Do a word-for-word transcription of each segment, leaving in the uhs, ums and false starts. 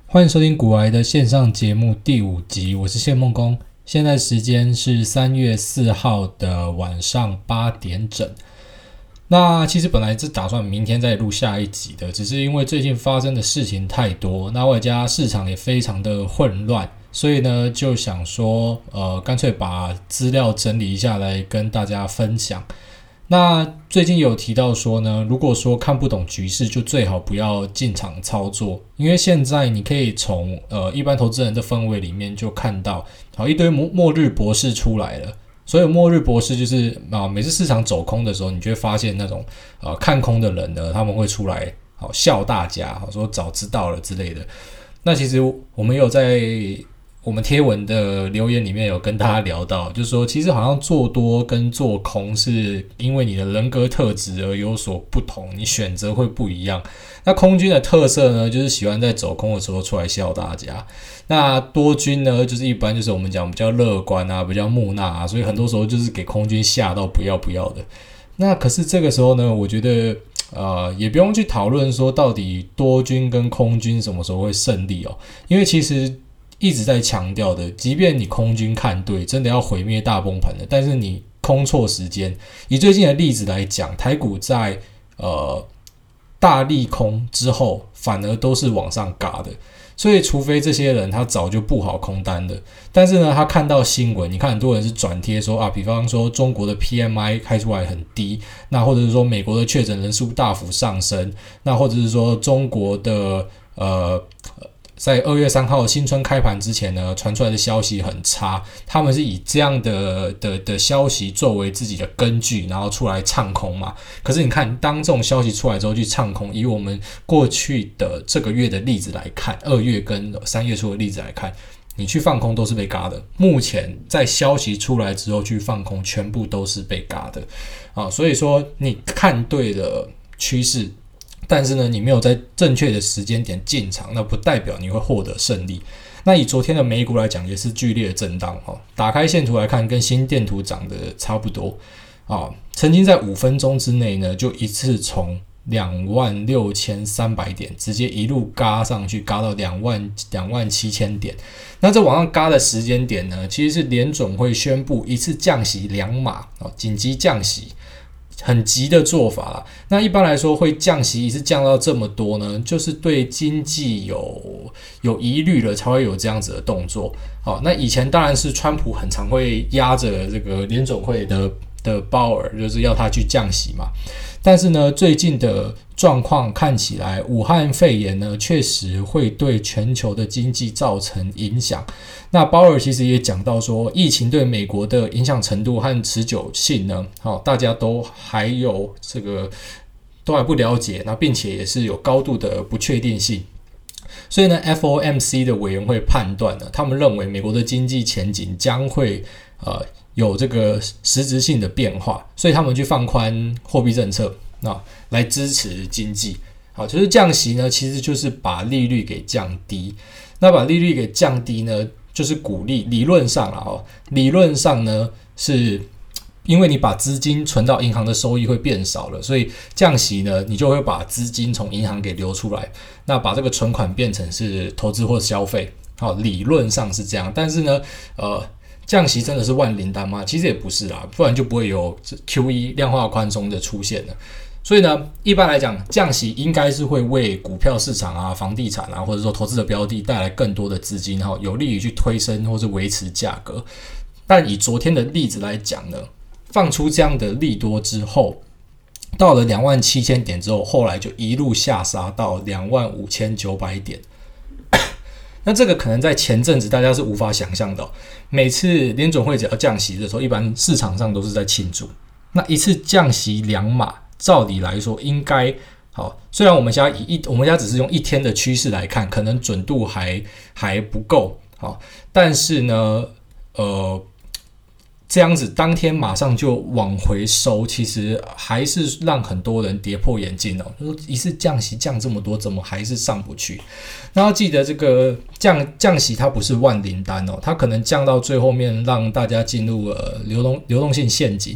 欢迎收听股癌的线上节目第五集，我是谢梦工。现在时间是三月四号的晚上八点整。那其实本来是打算明天再录下一集的，只是因为最近发生的事情太多，那外加市场也非常的混乱，所以呢就想说，呃，干脆把资料整理一下来跟大家分享。那最近有提到说呢，如果说看不懂局势，就最好不要进场操作，因为现在你可以从呃一般投资人的氛围里面就看到，好一堆末末日博士出来了。所以末日博士就是啊，每次市场走空的时候，你就会发现那种呃看空的人呢，他们会出来好笑大家，好说早知道了之类的。那其实我们有在我们贴文的留言里面有跟大家聊到，就是说其实好像做多跟做空是因为你的人格特质而有所不同，你选择会不一样。那空军的特色呢，就是喜欢在走空的时候出来笑大家。那多军呢，就是一般就是我们讲比较乐观啊，比较木讷啊，所以很多时候就是给空军吓到不要不要的。那可是这个时候呢，我觉得呃也不用去讨论说到底多军跟空军什么时候会胜利哦，因为其实一直在强调的，即便你空军看对，真的要毁灭大崩盘的，但是你空错时间。以最近的例子来讲，台股在呃大利空之后，反而都是往上嘎的。所以除非这些人他早就布好空单的，但是呢，他看到新闻，你看很多人是转贴说啊，比方说中国的 P M I 开出来很低，那或者是说美国的确诊人数大幅上升，那或者是说中国的呃。在二月三号新春开盘之前呢，传出来的消息很差，他们是以这样的的的消息作为自己的根据，然后出来唱空嘛。可是你看，当这种消息出来之后去唱空，以我们过去的这个月的例子来看，二月跟三月初的例子来看，你去放空都是被嘎的。目前在消息出来之后去放空，全部都是被嘎的啊。所以说，你看对了趋势。但是呢，你没有在正确的时间点进场，那不代表你会获得胜利。那以昨天的美股来讲，也是剧烈的震荡哦。打开线图来看，跟心电图涨得差不多啊。曾经在五分钟之内呢，就一次从两万六千三百点直接一路嘎上去，嘎到两万两万七千点。那这往上嘎的时间点呢，其实是联准会宣布一次降息两码哦，紧急降息。很急的做法啦。那一般来说会降息一次降到这么多呢，就是对经济有有疑虑了才会有这样子的动作。好，那以前当然是川普很常会压着这个联总会的的鲍尔，就是要他去降息嘛。但是呢，最近的状况看起来，武汉肺炎呢确实会对全球的经济造成影响。那鲍尔其实也讲到说，疫情对美国的影响程度和持久性呢，好，大家都还有这个都还不了解，那并且也是有高度的不确定性。所以呢 ，F O M C 的委员会判断呢，他们认为美国的经济前景将会呃。有这个实质性的变化，所以他们去放宽货币政策，那来支持经济。好，就是降息呢，其实就是把利率给降低。那把利率给降低呢，就是鼓励，理论上啦哦，理论上呢是因为你把资金存到银行的收益会变少了，所以降息呢，你就会把资金从银行给流出来，那把这个存款变成是投资或消费。好，理论上是这样，但是呢，呃。降息真的是万灵丹吗？其实也不是啦，不然就不会有 Q E 量化宽松的出现了。所以呢，一般来讲，降息应该是会为股票市场啊、房地产啊，或者说投资的标的带来更多的资金，有利于去推升或是维持价格。但以昨天的例子来讲呢，放出这样的利多之后，到了两万七千点之后，后来就一路下杀到两万五千九百点。那这个可能在前阵子大家是无法想象的哦。每次联准会只要降息的时候，一般市场上都是在庆祝。那一次降息两码，照理来说应该好。虽然我们家以一我们家只是用一天的趋势来看，可能准度还还不够好，但是呢，呃。这样子当天马上就往回收，其实还是让很多人跌破眼镜哦。说一次降息降这么多，怎么还是上不去？那要记得这个降降息它不是万灵丹哦，它可能降到最后面让大家进入了流动流动性陷阱。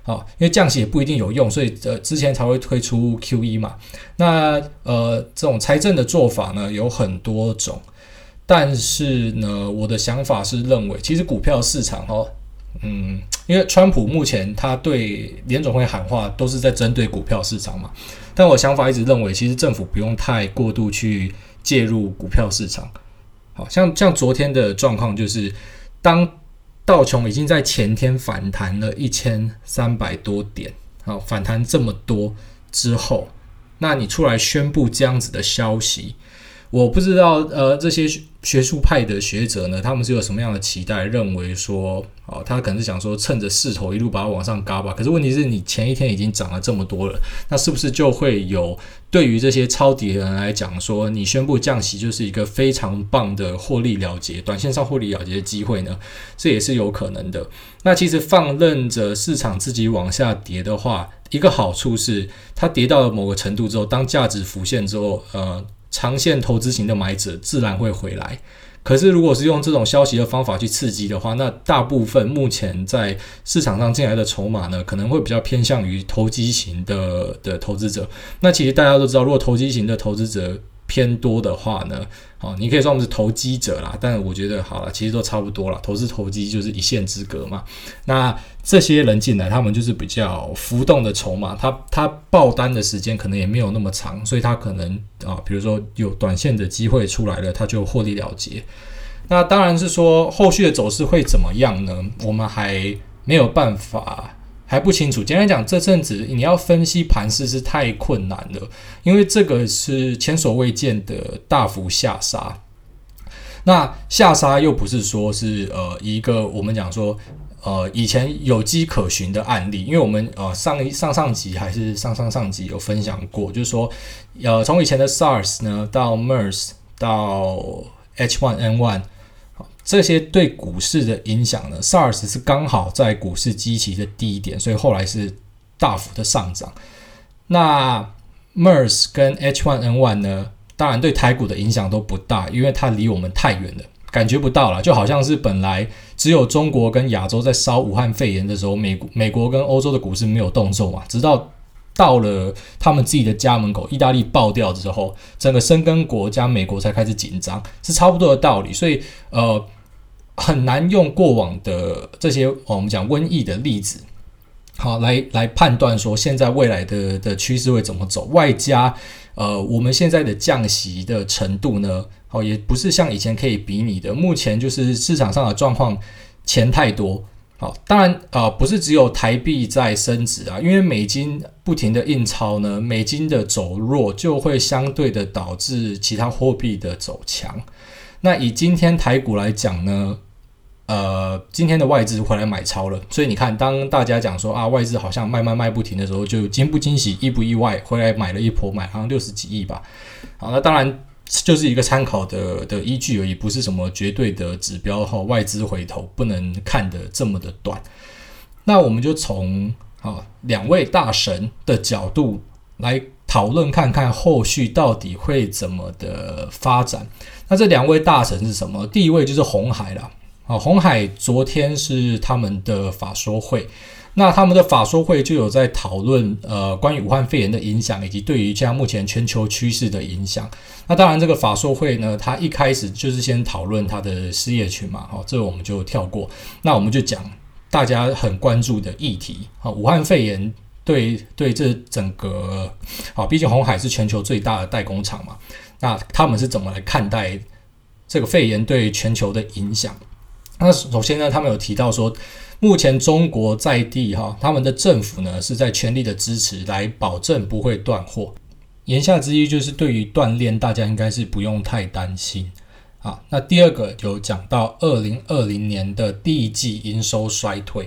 好，因为降息也不一定有用，所以呃之前才会推出 Q E 嘛。那呃这种财政的做法呢有很多种，但是呢我的想法是认为，其实股票市场哦，嗯，因为川普目前他对联总会喊话都是在针对股票市场嘛，但我想法一直认为，其实政府不用太过度去介入股票市场。好像像昨天的状况就是，当道琼已经在前天反弹了一千三百多点，好，反弹这么多之后，那你出来宣布这样子的消息，我不知道呃这些学术派的学者呢，他们是有什么样的期待，认为说哦，他可能是想说趁着势头一路把它往上嘎吧。可是问题是你前一天已经涨了这么多了，那是不是就会有对于这些抄底的人来讲说，你宣布降息就是一个非常棒的获利了结，短线上获利了结的机会呢？这也是有可能的。那其实放任着市场自己往下跌的话，一个好处是它跌到了某个程度之后，当价值浮现之后，呃。长线投资型的买者自然会回来，可是如果是用这种消息的方法去刺激的话，那大部分目前在市场上进来的筹码呢，可能会比较偏向于投机型的的投资者。那其实大家都知道，如果投机型的投资者偏多的话呢，哦，你可以说我们是投机者啦，但我觉得好了，其实都差不多啦，投资投机就是一线之隔嘛。那这些人进来，他们就是比较浮动的筹码，他他爆单的时间可能也没有那么长，所以他可能啊，比如说有短线的机会出来了，他就获利了结。那当然是说后续的走势会怎么样呢？我们还没有办法。还不清楚。简单讲，这阵子你要分析盘势是太困难了，因为这个是前所未见的大幅下杀。那下杀又不是说是呃一个我们讲说呃以前有迹可循的案例，因为我们呃上上上集还是上上上集有分享过，就是说呃从以前的 SARS 呢到 MERS 到 H 一 N 一。这些对股市的影响呢 ，SARS 是刚好在股市基期的低点，所以后来是大幅的上涨。那 MERS 跟 H 一 N 一 呢，当然对台股的影响都不大，因为它离我们太远了，感觉不到了。就好像是本来只有中国跟亚洲在烧武汉肺炎的时候，美美国跟欧洲的股市没有动作嘛，直到到了他们自己的家门口，意大利爆掉之后，整个申根国加美国才开始紧张，是差不多的道理。所以呃，很难用过往的这些、哦、我们讲瘟疫的例子，好来来判断说现在未来的的趋势会怎么走。外加呃，我们现在的降息的程度呢，好、哦、也不是像以前可以比拟的。目前就是市场上的状况，钱太多。好，当然呃不是只有台币在升值啊，因为美金不停的印钞呢，美金的走弱就会相对的导致其他货币的走强。那以今天台股来讲呢，呃，今天的外资回来买超了，所以你看，当大家讲说啊外资好像卖卖卖不停的时候，就惊不惊喜，意不意外，回来买了一波，买好像六十几亿吧。好，那当然。就是一个参考 的, 的依据而已，不是什么绝对的指标后外资回头不能看得这么的短。那我们就从啊两位大神的角度来讨论看看后续到底会怎么的发展。那这两位大神是什么？第一位就是鸿海啦。啊，鸿海昨天是他们的法说会。那他们的法说会就有在讨论呃关于武汉肺炎的影响，以及对于现在目前全球趋势的影响。那当然这个法说会呢，它一开始就是先讨论它的失业群嘛，好，这个我们就跳过。那我们就讲大家很关注的议题，好，武汉肺炎对对这整个好，毕竟鸿海是全球最大的代工厂嘛，那他们是怎么来看待这个肺炎对全球的影响？那首先呢，他们有提到说，目前中国在地哈，他们的政府呢是在全力的支持，来保证不会断货。言下之意就是对于断链，大家应该是不用太担心啊。那第二个有讲到二零二零年的第一季营收衰退。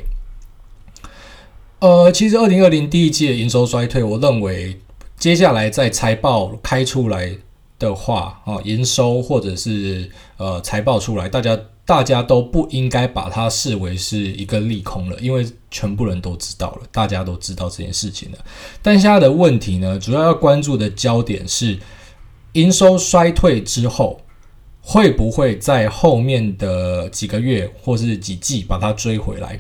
呃，其实二零二零第一季的营收衰退，我认为接下来在财报开出来的话啊，营收或者是呃财报出来，大家。大家都不应该把它视为是一个利空了，因为全部人都知道了，大家都知道这件事情了。但现在的问题呢，主要要关注的焦点是营收衰退之后，会不会在后面的几个月或是几季把它追回来？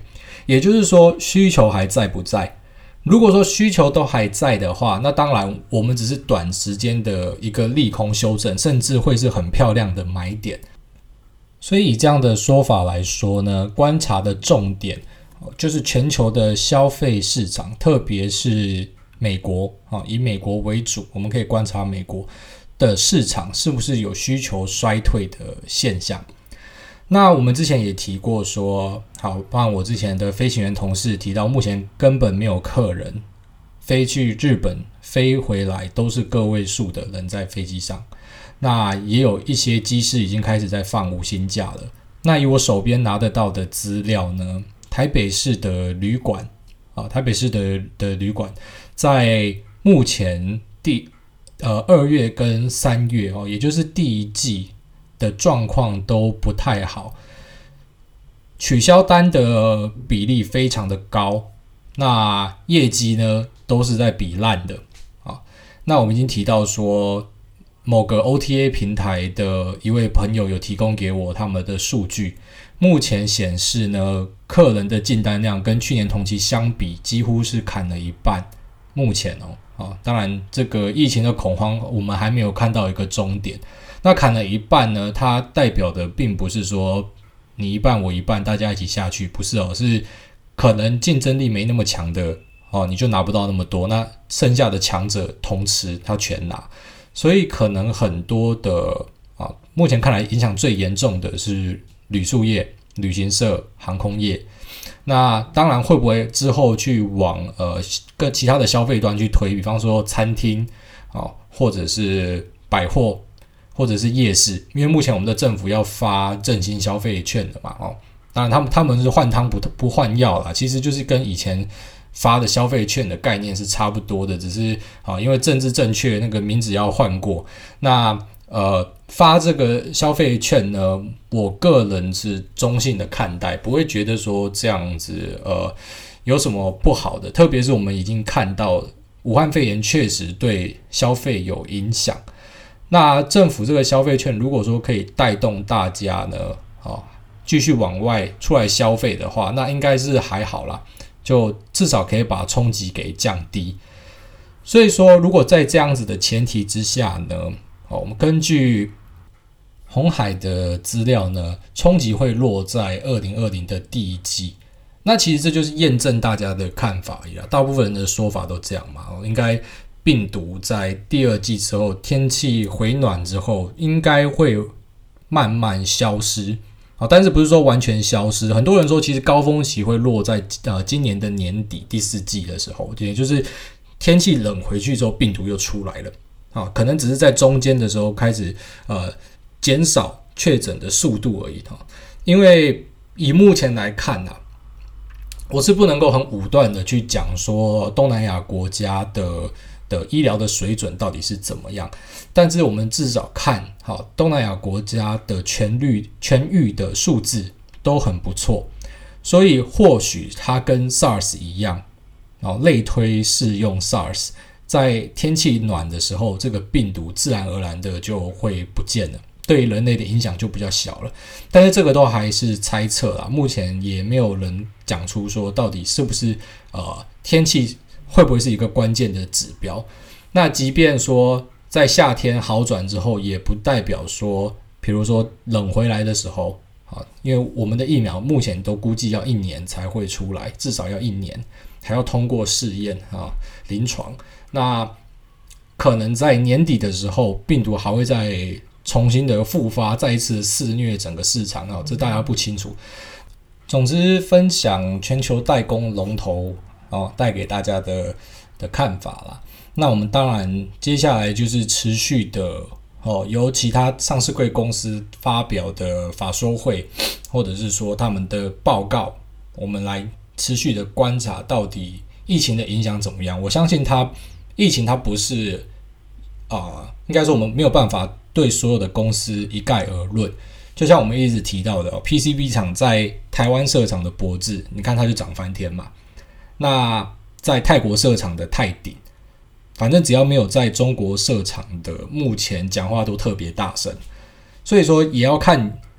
也就是说需求还在不在？如果说需求都还在的话，那当然我们只是短时间的一个利空修正，甚至会是很漂亮的买点。所以以这样的说法来说呢，观察的重点就是全球的消费市场，特别是美国，以美国为主，我们可以观察美国的市场是不是有需求衰退的现象。那我们之前也提过说，好，包含我之前的飞行员同事提到，目前根本没有客人飞去日本飞回来，都是个位数的人在飞机上。那也有一些机师已经开始在放无薪假了。那以我手边拿得到的资料呢，台北市的旅馆啊，台北市的的旅馆在目前第呃二月跟三月哦，也就是第一季的状况都不太好，取消单的比例非常的高，那业绩呢都是在比烂的啊。那我们已经提到说，某个 O T A 平台的一位朋友有提供给我他们的数据，目前显示呢，客人的进单量跟去年同期相比，几乎是砍了一半。目前哦，啊，当然这个疫情的恐慌，我们还没有看到一个终点。那砍了一半呢，它代表的并不是说你一半我一半，大家一起下去，不是哦，是可能竞争力没那么强的哦，你就拿不到那么多，那剩下的强者同吃，他全拿。所以可能很多的啊，目前看来影响最严重的是旅宿业、旅行社、航空业。那当然会不会之后去往呃跟其他的消费端去推，比方说餐厅啊，或者是百货，或者是夜市，因为目前我们的政府要发振兴消费券的嘛，哦，当然他们他们是换汤不不换药啦，其实就是跟以前发的消费券的概念是差不多的，只是啊，因为政治正确，那个名字要换过。那呃，发这个消费券呢，我个人是中性的看待，不会觉得说这样子呃有什么不好的。特别是我们已经看到武汉肺炎确实对消费有影响，那政府这个消费券如果说可以带动大家呢，啊，继续往外出来消费的话，那应该是还好啦。就至少可以把冲击给降低。所以说，如果在这样子的前提之下呢，我们根据鸿海的资料呢，冲击会落在二零二零的第一季。那其实这就是验证大家的看法而已啦，大部分人的说法都这样嘛，应该病毒在第二季之后，天气回暖之后，应该会慢慢消失。好，但是不是说完全消失？很多人说，其实高峰期会落在呃今年的年底第四季的时候，也就是天气冷回去之后，病毒又出来了。啊，可能只是在中间的时候开始呃减少确诊的速度而已哈。因为以目前来看啊，我是不能够很武断的去讲说东南亚国家的。的医疗的水准到底是怎么样？但是我们至少看好东南亚国家的痊愈痊愈的数字都很不错，所以或许它跟 SARS 一样，类推适用 SARS， 在天气暖的时候，这个病毒自然而然的就会不见了，对人类的影响就比较小了。但是这个都还是猜测啦，目前也没有人讲出说到底是不是呃天气。会不会是一个关键的指标？那即便说在夏天好转之后，也不代表说，比如说冷回来的时候，因为我们的疫苗目前都估计要一年才会出来，至少要一年，还要通过试验啊，临床。那可能在年底的时候，病毒还会再重新的复发，再一次肆虐整个市场啊，这大家不清楚。总之，分享全球代工龙头。哦，带给大家的的看法啦。那我们当然接下来就是持续的哦，由其他上市柜公司发表的法说会，或者是说他们的报告，我们来持续的观察到底疫情的影响怎么样。我相信它疫情它不是啊、呃，应该说我们没有办法对所有的公司一概而论。就像我们一直提到的、哦、P C B 厂在台湾设厂的博智，你看它就涨翻天嘛。那在泰国设厂的泰鼎，反正只要没有在中国设厂的，目前讲话都特别大声，所以说也要看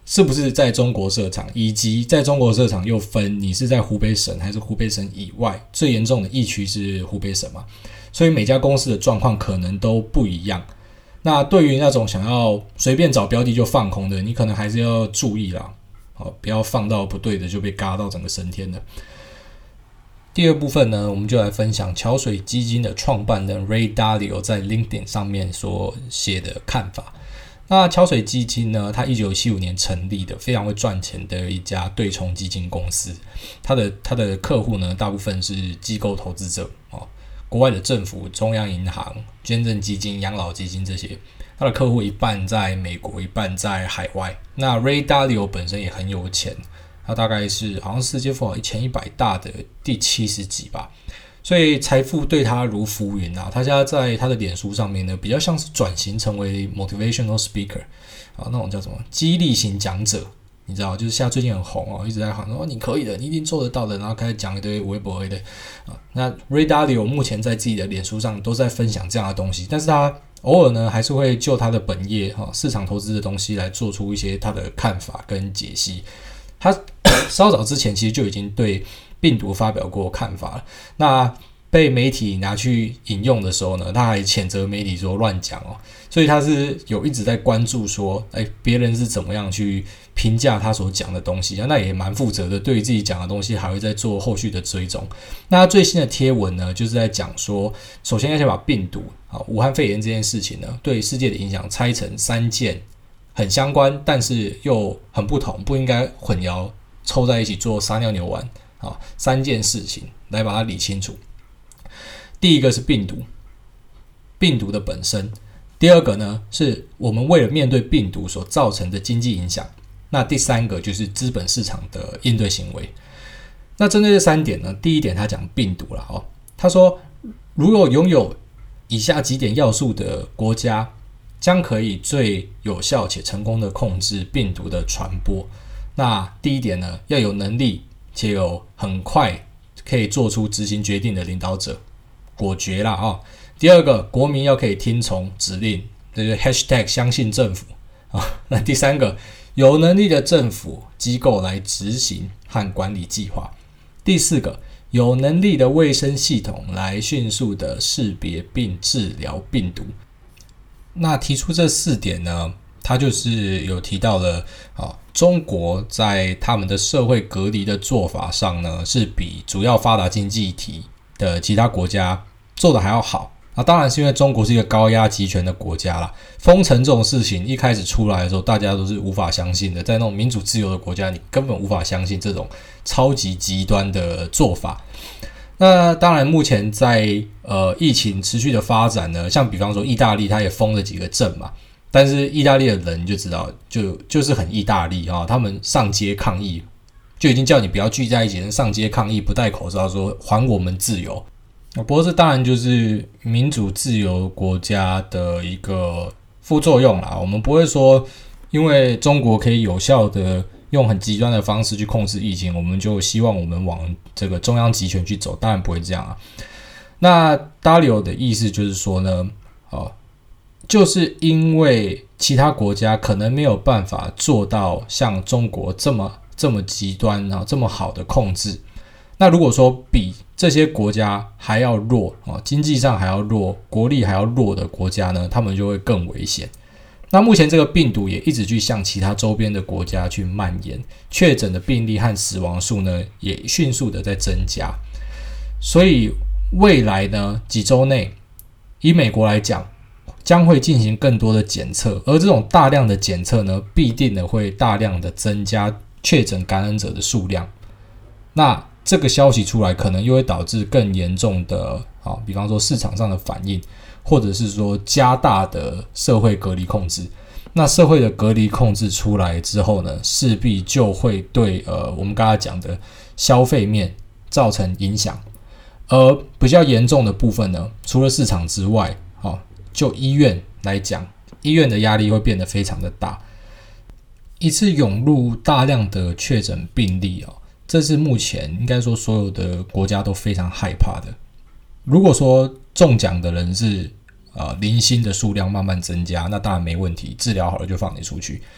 是不是在中国设厂，以及在中国设厂又分你是在湖北省还是湖北省以外，最严重的疫区是湖北省嘛，所以每家公司的状况可能都不一样。那对于那种想要随便找标的就放空的，你可能还是要注意啦，好，不要放到不对的就被嘎到整个升天了。第二部分呢，我们就来分享桥水基金的创办人 Ray Dalio 在 LinkedIn 上面所写的看法。那桥水基金呢，它一九七五年成立的，非常会赚钱的一家对冲基金公司。它的它的客户呢，大部分是机构投资者哦，国外的政府、中央银行、捐赠基金、养老基金这些。它的客户一半在美国，一半在海外。那 Ray Dalio 本身也很有钱，他大概是好像世界富豪一千一百大的第七十几吧。所以财富对他如浮云啊！他现在在他的脸书上面呢，比较像是转型成为 motivational speaker 啊，那种叫什么激励型讲者，你知道，就是现在最近很红哦，一直在喊说你可以的，你一定做得到的，然后开始讲一堆微博的啊。那 Ray Dalio 目前在自己的脸书上都在分享这样的东西，但是他偶尔呢还是会就他的本业哈市场投资的东西来做出一些他的看法跟解析。他稍早之前其实就已经对病毒发表过看法了，那被媒体拿去引用的时候呢，他还谴责媒体说乱讲哦，所以他是有一直在关注说，哎，别人是怎么样去评价他所讲的东西，那也蛮负责的，对于自己讲的东西还会再做后续的追踪。那他最新的贴文呢，就是在讲说，首先要先把病毒啊，武汉肺炎这件事情呢，对世界的影响拆成三件很相关，但是又很不同，不应该混淆凑在一起做撒尿牛丸。好，三件事情来把它理清楚。第一个是病毒，病毒的本身；第二个呢，是我们为了面对病毒所造成的经济影响；那第三个就是资本市场的应对行为。那针对这三点呢，第一点他讲病毒啦哦，他说如果拥有以下几点要素的国家，将可以最有效且成功的控制病毒的传播。那第一点呢，要有能力且有很快可以做出执行决定的领导者，果决啦哦。第二个，国民要可以听从指令，就是 hashtag 相信政府啊。那第三个，有能力的政府机构来执行和管理计划。第四个，有能力的卫生系统来迅速的识别并治疗病毒。那提出这四点呢，他就是有提到了啊，中国在他们的社会隔离的做法上呢，是比主要发达经济体的其他国家做的还要好。那当然是因为中国是一个高压集权的国家啦，封城这种事情一开始出来的时候，大家都是无法相信的。在那种民主自由的国家，你根本无法相信这种超级极端的做法。那当然，目前在呃疫情持续的发展呢，像比方说意大利，它也封了几个镇嘛。但是意大利的人你就知道，就就是很意大利啊，他们上街抗议，就已经叫你不要聚在一起，上街抗议，不戴口罩，说还我们自由。不过这当然就是民主自由国家的一个副作用啦。我们不会说，因为中国可以有效的用很极端的方式去控制疫情，我们就希望我们往这个中央集权去走，当然不会这样啊。那 Dalio 的意思就是说呢，哦，就是因为其他国家可能没有办法做到像中国这么这么极端啊，这么好的控制。那如果说比这些国家还要弱啊，经济上还要弱，国力还要弱的国家呢，他们就会更危险。那目前这个病毒也一直去向其他周边的国家去蔓延，确诊的病例和死亡数呢，也迅速的在增加。所以未来呢几周内，以美国来讲，将会进行更多的检测，而这种大量的检测呢，必定的会大量的增加确诊感染者的数量。那这个消息出来，可能又会导致更严重的啊，比方说市场上的反应，或者是说加大的社会隔离控制。那社会的隔离控制出来之后呢，势必就会对呃我们刚才讲的消费面造成影响。而比较严重的部分呢，除了市场之外，啊，就医院来讲，医院的压力会变得非常的大。一次涌入大量的确诊病例啊，这是目前应该说所有的国家都非常害怕的。如果说中奖的人是呃零星的数量慢慢增加，那当然没问题，治疗好了就放你出去。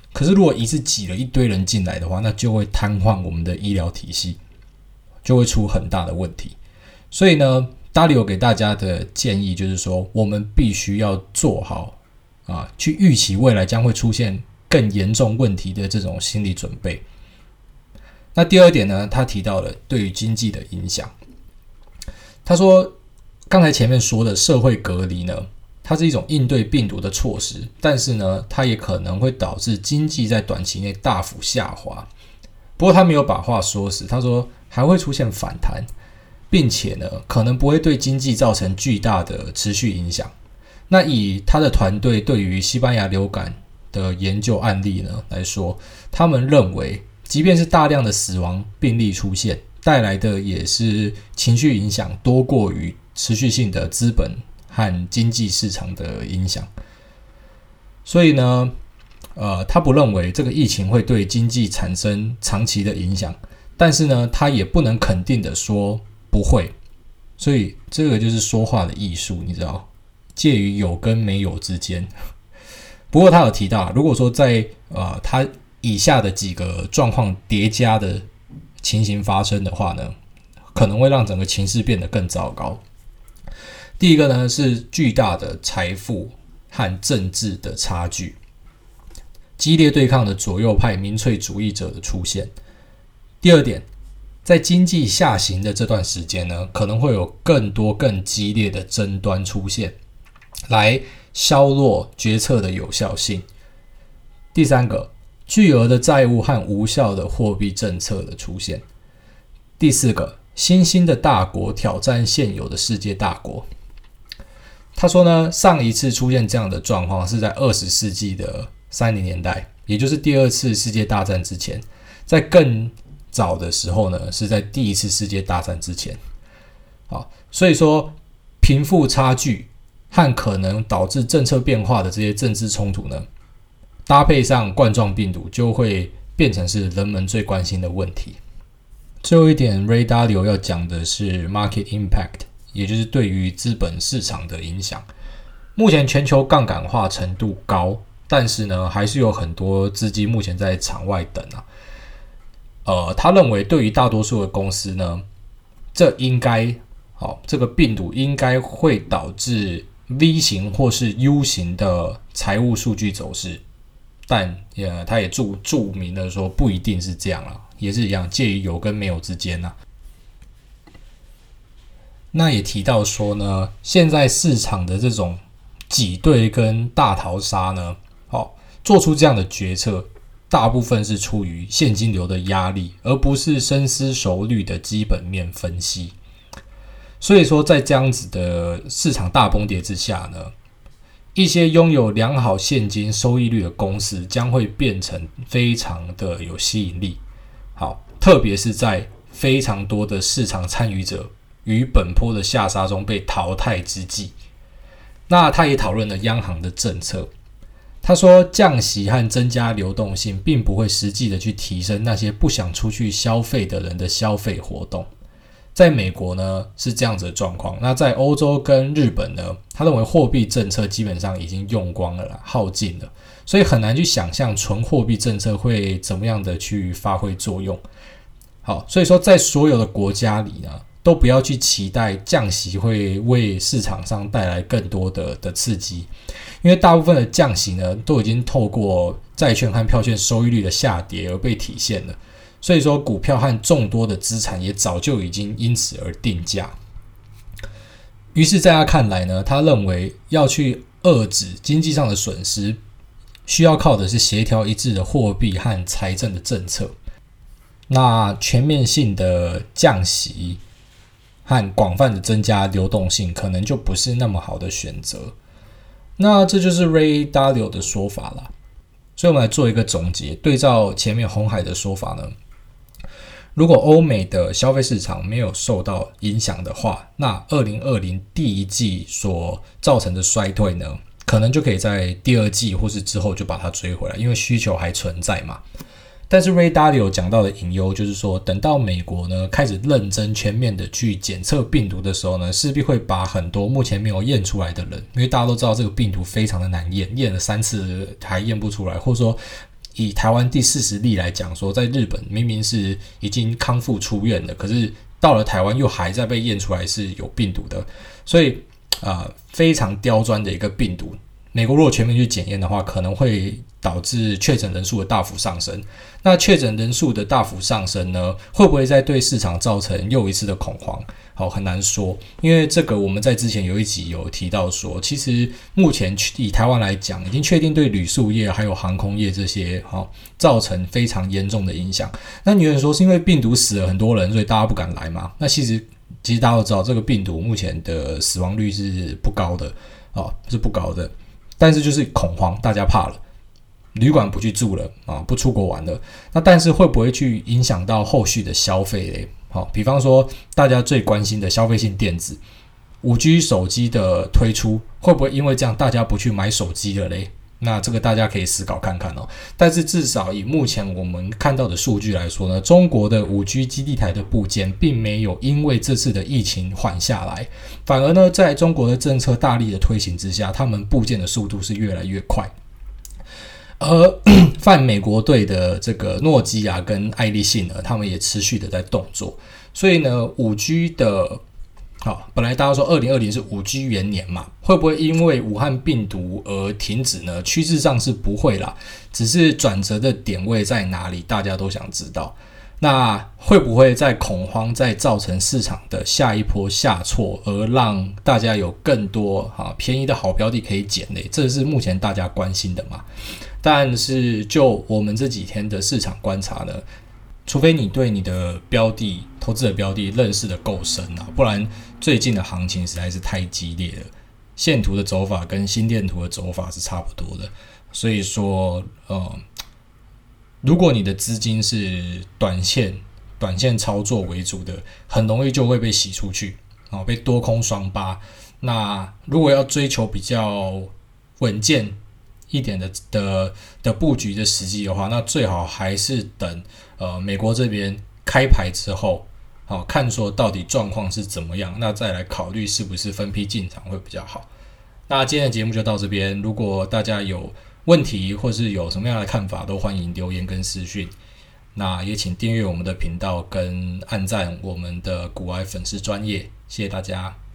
可是如果一次挤了一堆人进来的话，那就会瘫痪我们的医疗体系，就会出很大的问题。所以呢，达里欧给大家的建议就是说，我们必须要做好啊，去预期未来将会出现更严重问题的这种心理准备。那第二点呢，他提到了对于经济的影响。他说，刚才前面说的社会隔离呢，它是一种应对病毒的措施，但是呢，它也可能会导致经济在短期内大幅下滑。不过他没有把话说死，他说还会出现反弹，并且呢，可能不会对经济造成巨大的持续影响。那以他的团队对于西班牙流感的研究案例呢来说，他们认为，即便是大量的死亡病例出现，带来的也是情绪影响多过于持续性的资本和经济市场的影响。所以呢，呃，他不认为这个疫情会对经济产生长期的影响，但是呢，他也不能肯定的说不会。所以这个就是说话的艺术，你知道，介于有跟没有之间。不过他有提到，如果说在呃他以下的几个状况叠加的情形发生的话呢，可能会让整个情势变得更糟糕。第一个呢是巨大的财富和政治的差距，激烈对抗的左右派民粹主义者的出现。第二点，在经济下行的这段时间呢，可能会有更多更激烈的争端出现，来削弱决策的有效性。第三个，巨额的债务和无效的货币政策的出现。第四个，新兴的大国挑战现有的世界大国。他说呢，上一次出现这样的状况是在二十世纪的三十年代，也就是第二次世界大战之前。在更早的时候呢，是在第一次世界大战之前。好，所以说贫富差距和可能导致政策变化的这些政治冲突呢，搭配上冠状病毒，就会变成是人们最关心的问题。最后一点 Ray Dalio 要讲的是 Market Impact， 也就是对于资本市场的影响。目前全球杠杆化程度高，但是呢，还是有很多资金目前在场外等啊。呃，他认为对于大多数的公司呢，这应该好，这个病毒应该会导致 V 型或是 U 型的财务数据走势，但也他也注注明了说不一定是这样啦，也是一样介于有跟没有之间啦。那也提到说呢，现在市场的这种挤兑跟大逃杀呢，好，做出这样的决策，大部分是出于现金流的压力，而不是深思熟虑的基本面分析。所以说，在这样子的市场大崩跌之下呢，一些拥有良好现金收益率的公司将会变成非常的有吸引力。好，特别是在非常多的市场参与者于本波的下杀中被淘汰之际。那他也讨论了央行的政策。他说，降息和增加流动性并不会实际的去提升那些不想出去消费的人的消费活动。在美国呢是这样子的状况，那在欧洲跟日本呢，他认为货币政策基本上已经用光了啦，耗尽了，所以很难去想象纯货币政策会怎么样的去发挥作用。好，所以说在所有的国家里呢，都不要去期待降息会为市场上带来更多的的刺激，因为大部分的降息呢都已经透过债券和票券收益率的下跌而被体现了。所以说股票和众多的资产也早就已经因此而定价。于是在他看来呢，他认为要去遏止经济上的损失，需要靠的是协调一致的货币和财政的政策。那全面性的降息和广泛的增加流动性可能就不是那么好的选择。那这就是 Ray Dalio 的说法啦。所以我们来做一个总结，对照前面鸿海的说法呢，如果欧美的消费市场没有受到影响的话，那二零二零第一季所造成的衰退呢，可能就可以在第二季或是之后就把它追回来，因为需求还存在嘛。但是 Ray Dalio 讲到的隐忧就是说，等到美国呢开始认真全面的去检测病毒的时候呢，势必会把很多目前没有验出来的人，因为大家都知道这个病毒非常的难验，验了三次还验不出来，或者说以台湾第四十例来讲说，在日本明明是已经康复出院了，可是到了台湾又还在被验出来是有病毒的，所以呃非常刁钻的一个病毒。美国如果全面去检验的话，可能会导致确诊人数的大幅上升。那确诊人数的大幅上升呢，会不会再对市场造成又一次的恐慌？好，很难说，因为这个我们在之前有一集有提到说，其实目前以台湾来讲，已经确定对旅宿业还有航空业这些好造成非常严重的影响。那有人说是因为病毒死了很多人，所以大家不敢来嘛？那其实其实大家都知道，这个病毒目前的死亡率是不高的，哦，是不高的。但是就是恐慌，大家怕了，旅馆不去住了啊，不出国玩了。那但是会不会去影响到后续的消费嘞？好，比方说大家最关心的消费性电子 五 G 手机的推出，会不会因为这样大家不去买手机了嘞？那这个大家可以思考看看哦。但是至少以目前我们看到的数据来说呢，中国的 五 G 基地台的部件并没有因为这次的疫情缓下来，反而呢，在中国的政策大力的推行之下，他们部件的速度是越来越快。而泛美国队的这个诺基亚跟爱立信呢，他们也持续的在动作。所以呢 ，五 G 的好，本来大家说二零二零是 五 G 元年嘛，会不会因为武汉病毒而停止呢？趋势上是不会啦，只是转折的点位在哪里，大家都想知道。那会不会在恐慌，再造成市场的下一波下挫，而让大家有更多啊便宜的好标的可以捡嘞？这是目前大家关心的嘛。但是就我们这几天的市场观察呢，除非你对你的标的、投资的标的认识的够深啊，不然最近的行情实在是太激烈了。线图的走法跟心电图的走法是差不多的，所以说，呃，如果你的资金是短线、短线操作为主的，很容易就会被洗出去，哦，被多空双巴。那如果要追求比较稳健一点的的的布局的时机的话，那最好还是等呃美国这边开牌之后，好，看说到底状况是怎么样，那再来考虑是不是分批进场会比较好。那今天的节目就到这边，如果大家有问题或是有什么样的看法，都欢迎留言跟私讯。那也请订阅我们的频道跟按赞我们的股癌粉丝专页，谢谢大家。